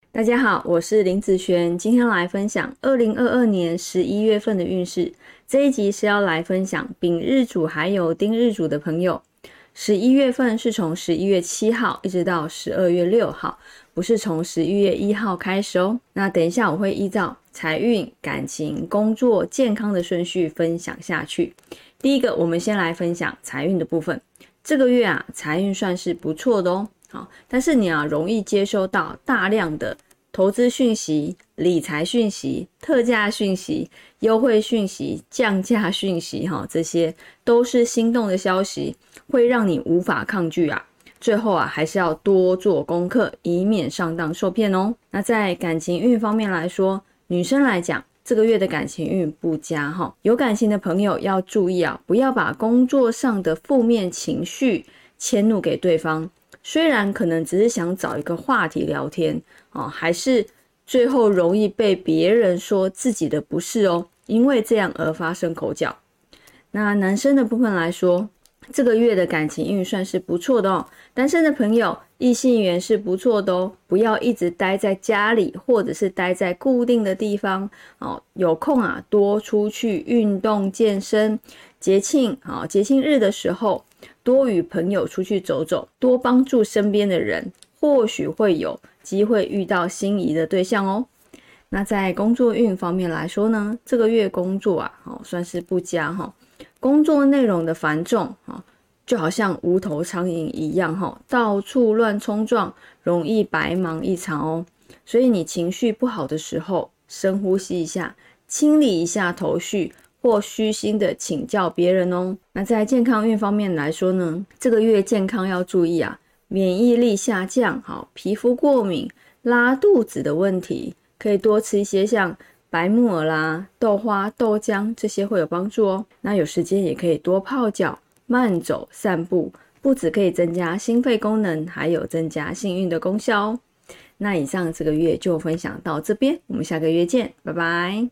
大家好，我是林子璇，今天来分享2022年11月份的运势。这一集是要来分享丙日主还有丁日主的朋友。11月份是从11月7号一直到12月6号，不是从11月1号开始哦。那等一下我会依照财运、感情、工作、健康的顺序分享下去。第一个，我们先来分享财运的部分。这个月啊，财运算是不错的哦。好，但是你容易接收到大量的投资讯息、理财讯息、特价讯息、优惠讯息、降价讯息，这些都是心动的消息，会让你无法抗拒啊。最后啊，还是要多做功课，以免上当受骗哦。那在感情运方面来说，女生来讲，这个月的感情运不佳哈，有感情的朋友要注意啊，不要把工作上的负面情绪迁怒给对方。虽然可能只是想找一个话题聊天还是最后容易被别人说自己的不是哦，因为这样而发生口角。那男生的部分来说，这个月的感情运算是不错的哦，单身的朋友异性缘是不错的哦，不要一直待在家里或者是待在固定的地方有空啊多出去运动健身，节庆日的时候多与朋友出去走走，多帮助身边的人，或许会有机会遇到心仪的对象哦。那在工作运方面来说呢，这个月工作算是不佳工作内容的繁重就好像无头苍蝇一样到处乱冲撞，容易白忙一场哦。所以你情绪不好的时候，深呼吸一下，清理一下头绪，或虚心的请教别人哦。那在健康运方面来说呢，这个月健康要注意免疫力下降皮肤过敏、拉肚子的问题，可以多吃一些像白木耳啦、豆花、豆浆，这些会有帮助哦。那有时间也可以多泡脚、慢走、散步，不只可以增加心肺功能，还有增加幸运的功效哦。那以上这个月就分享到这边，我们下个月见，拜拜。